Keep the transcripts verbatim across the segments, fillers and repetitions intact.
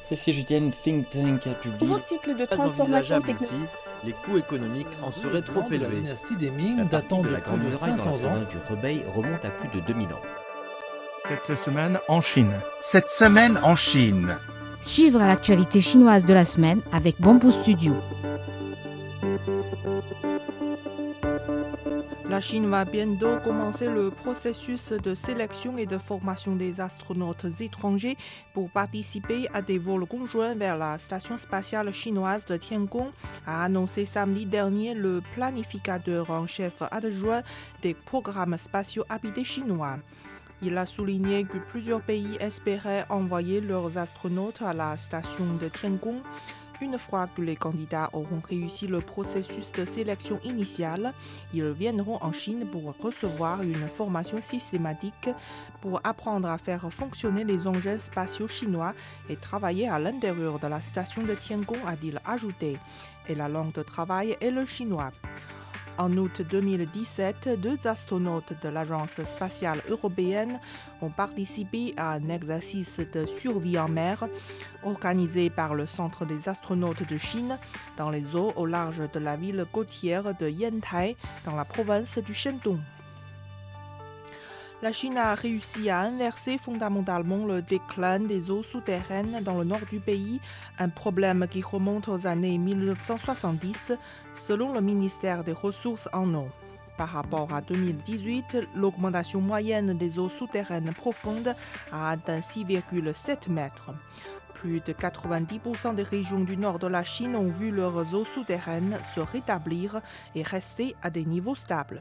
Et si je tiens think tank a publié Nouveau cycle de Pas transformation envisageable technologique. ici, les coûts économiques en seraient trop de la élevés. dynastie des La Ming partie datant de de la plus Grande de Muraille dans cinq cents la ans. province du Hebei remonte à plus de deux mille ans. Cette semaine en Chine. Cette semaine en Chine. Suivre l'actualité chinoise de la semaine avec Bamboo Studio. La Chine va bientôt commencer le processus de sélection et de formation des astronautes étrangers pour participer à des vols conjoints vers la station spatiale chinoise de Tiangong, a annoncé samedi dernier le planificateur en chef adjoint des programmes spatiaux habités chinois. Il a souligné que plusieurs pays espéraient envoyer leurs astronautes à la station de Tiangong. Une fois que les candidats auront réussi le processus de sélection initiale, ils viendront en Chine pour recevoir une formation systématique pour apprendre à faire fonctionner les engins spatiaux chinois et travailler à l'intérieur de la station de Tiangong, a-t-il ajouté. Et la langue de travail est le chinois. En août deux mille dix-sept, deux astronautes de l'Agence spatiale européenne ont participé à un exercice de survie en mer organisé par le Centre des astronautes de Chine dans les eaux au large de la ville côtière de Yantai dans la province du Shandong. La Chine a réussi à inverser fondamentalement le déclin des eaux souterraines dans le nord du pays, un problème qui remonte aux années mille neuf cent soixante-dix, selon le ministère des Ressources en eau. Par rapport à deux mille dix-huit, l'augmentation moyenne des eaux souterraines profondes a atteint six virgule sept mètres. Plus de quatre-vingt-dix pour cent des régions du nord de la Chine ont vu leurs eaux souterraines se rétablir et rester à des niveaux stables.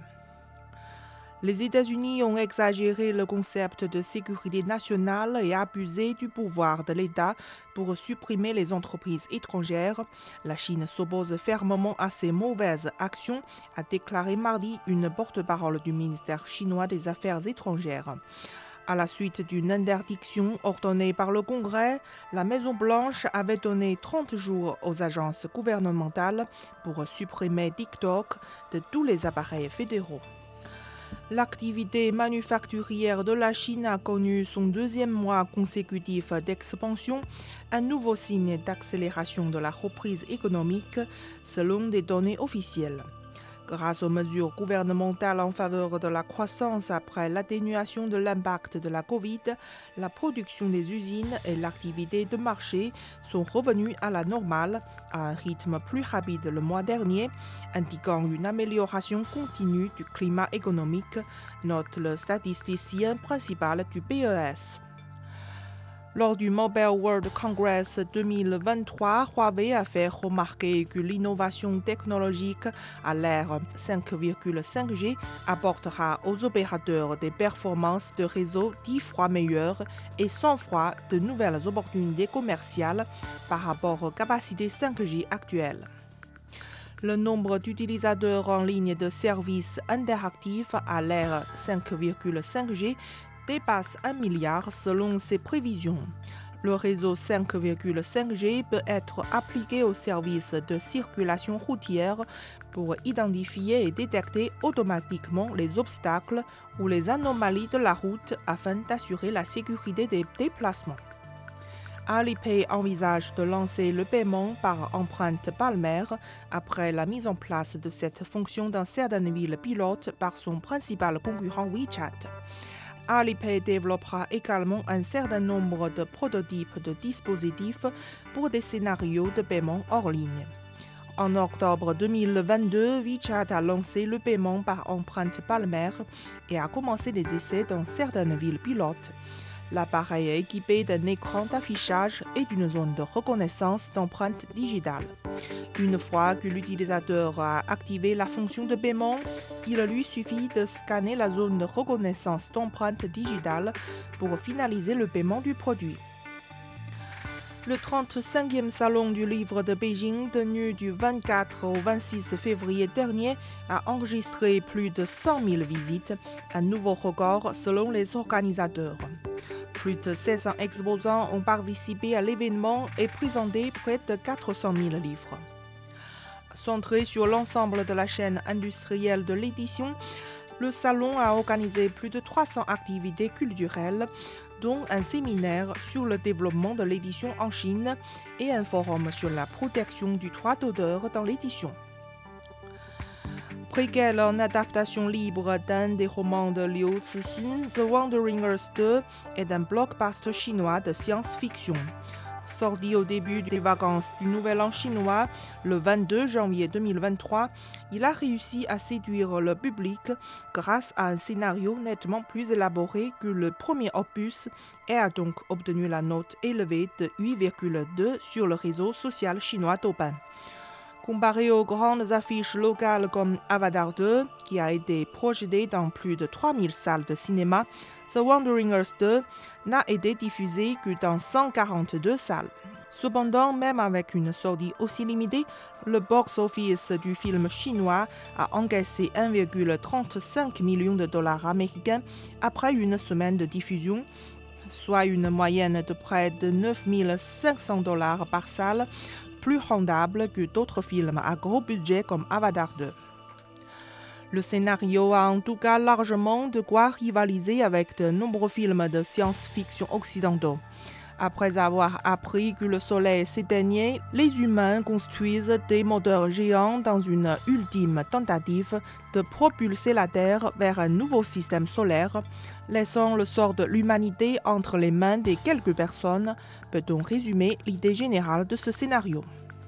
Les États-Unis ont exagéré le concept de sécurité nationale et abusé du pouvoir de l'État pour supprimer les entreprises étrangères. La Chine s'oppose fermement à ces mauvaises actions, a déclaré mardi une porte-parole du ministère chinois des Affaires étrangères. À la suite d'une interdiction ordonnée par le Congrès, la Maison-Blanche avait donné trente jours aux agences gouvernementales pour supprimer TikTok de tous les appareils fédéraux. L'activité manufacturière de la Chine a connu son deuxième mois consécutif d'expansion, un nouveau signe d'accélération de la reprise économique selon des données officielles. Grâce aux mesures gouvernementales en faveur de la croissance après l'atténuation de l'impact de la Covid, la production des usines et l'activité de marché sont revenus à la normale à un rythme plus rapide le mois dernier, indiquant une amélioration continue du climat économique, note le statisticien principal du P E S. Lors du Mobile World Congress deux mille vingt-trois, Huawei a fait remarquer que l'innovation technologique à l'ère cinq virgule cinq G apportera aux opérateurs des performances de réseau dix fois meilleures et cent fois de nouvelles opportunités commerciales par rapport aux capacités cinq G actuelles. Le nombre d'utilisateurs en ligne de services interactifs à l'ère cinq virgule cinq G dépasse un milliard selon ses prévisions. Le réseau cinq virgule cinq G peut être appliqué aux services de circulation routière pour identifier et détecter automatiquement les obstacles ou les anomalies de la route afin d'assurer la sécurité des déplacements. Alipay envisage de lancer le paiement par empreinte palmaire après la mise en place de cette fonction dans certaines villes pilotes par son principal concurrent WeChat. Alipay développera également un certain nombre de prototypes de dispositifs pour des scénarios de paiement hors ligne. En octobre deux mille vingt-deux, WeChat a lancé le paiement par empreinte palmaire et a commencé des essais dans certaines villes pilotes. L'appareil est équipé d'un écran d'affichage et d'une zone de reconnaissance d'empreintes digitales. Une fois que l'utilisateur a activé la fonction de paiement, il lui suffit de scanner la zone de reconnaissance d'empreintes digitales pour finaliser le paiement du produit. Le trente-cinquième Salon du livre de Beijing, tenu du vingt-quatre au vingt-six février dernier, a enregistré plus de cent mille visites, un nouveau record selon les organisateurs. Plus de six cents exposants ont participé à l'événement et présenté près de quatre cent mille livres. Centré sur l'ensemble de la chaîne industrielle de l'édition, le salon a organisé plus de trois cents activités culturelles, dont un séminaire sur le développement de l'édition en Chine et un forum sur la protection du droit d'auteur dans l'édition. Préquel en adaptation libre d'un des romans de Liu Cixin, The Wanderingers deux est un blockbuster chinois de science-fiction. Sorti au début des vacances du Nouvel An chinois, le vingt-deux janvier deux mille vingt-trois, il a réussi à séduire le public grâce à un scénario nettement plus élaboré que le premier opus et a donc obtenu la note élevée de huit virgule deux sur le réseau social chinois Douban. Comparé aux grandes affiches locales comme Avatar deux, qui a été projeté dans plus de trois mille salles de cinéma, The Wanderingers deux n'a été diffusé que dans cent quarante-deux salles. Cependant, même avec une sortie aussi limitée, le box-office du film chinois a encaissé un virgule trente-cinq million de dollars américains après une semaine de diffusion, soit une moyenne de près de neuf mille cinq cents dollars par salle, plus rentable que d'autres films à gros budget comme Avatar deux. Le scénario a en tout cas largement de quoi rivaliser avec de nombreux films de science-fiction occidentaux. Après avoir appris que le Soleil s'éteignait, les humains construisent des moteurs géants dans une ultime tentative de propulser la Terre vers un nouveau système solaire, laissant le sort de l'humanité entre les mains de quelques personnes, peut-on résumer l'idée générale de ce scénario.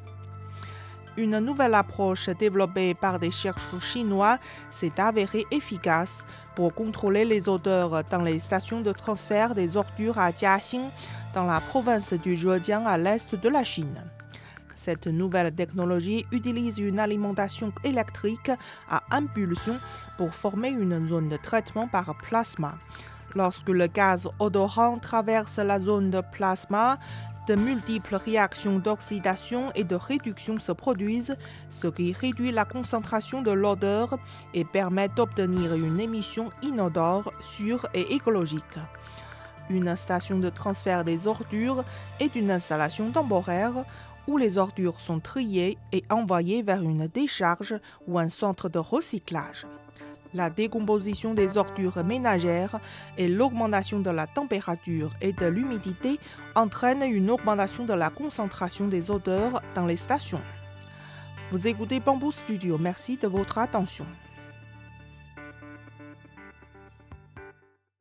Une nouvelle approche développée par des chercheurs chinois s'est avérée efficace pour contrôler les odeurs dans les stations de transfert des ordures à Jiaxing, dans la province du Zhejiang à l'est de la Chine. Cette nouvelle technologie utilise une alimentation électrique à impulsion pour former une zone de traitement par plasma. Lorsque le gaz odorant traverse la zone de plasma, de multiples réactions d'oxydation et de réduction se produisent, ce qui réduit la concentration de l'odeur et permet d'obtenir une émission inodore, sûre et écologique. Une station de transfert des ordures est une installation temporaire où les ordures sont triées et envoyées vers une décharge ou un centre de recyclage. La décomposition des ordures ménagères et l'augmentation de la température et de l'humidité entraînent une augmentation de la concentration des odeurs dans les stations. Vous écoutez Bamboo Studio, merci de votre attention.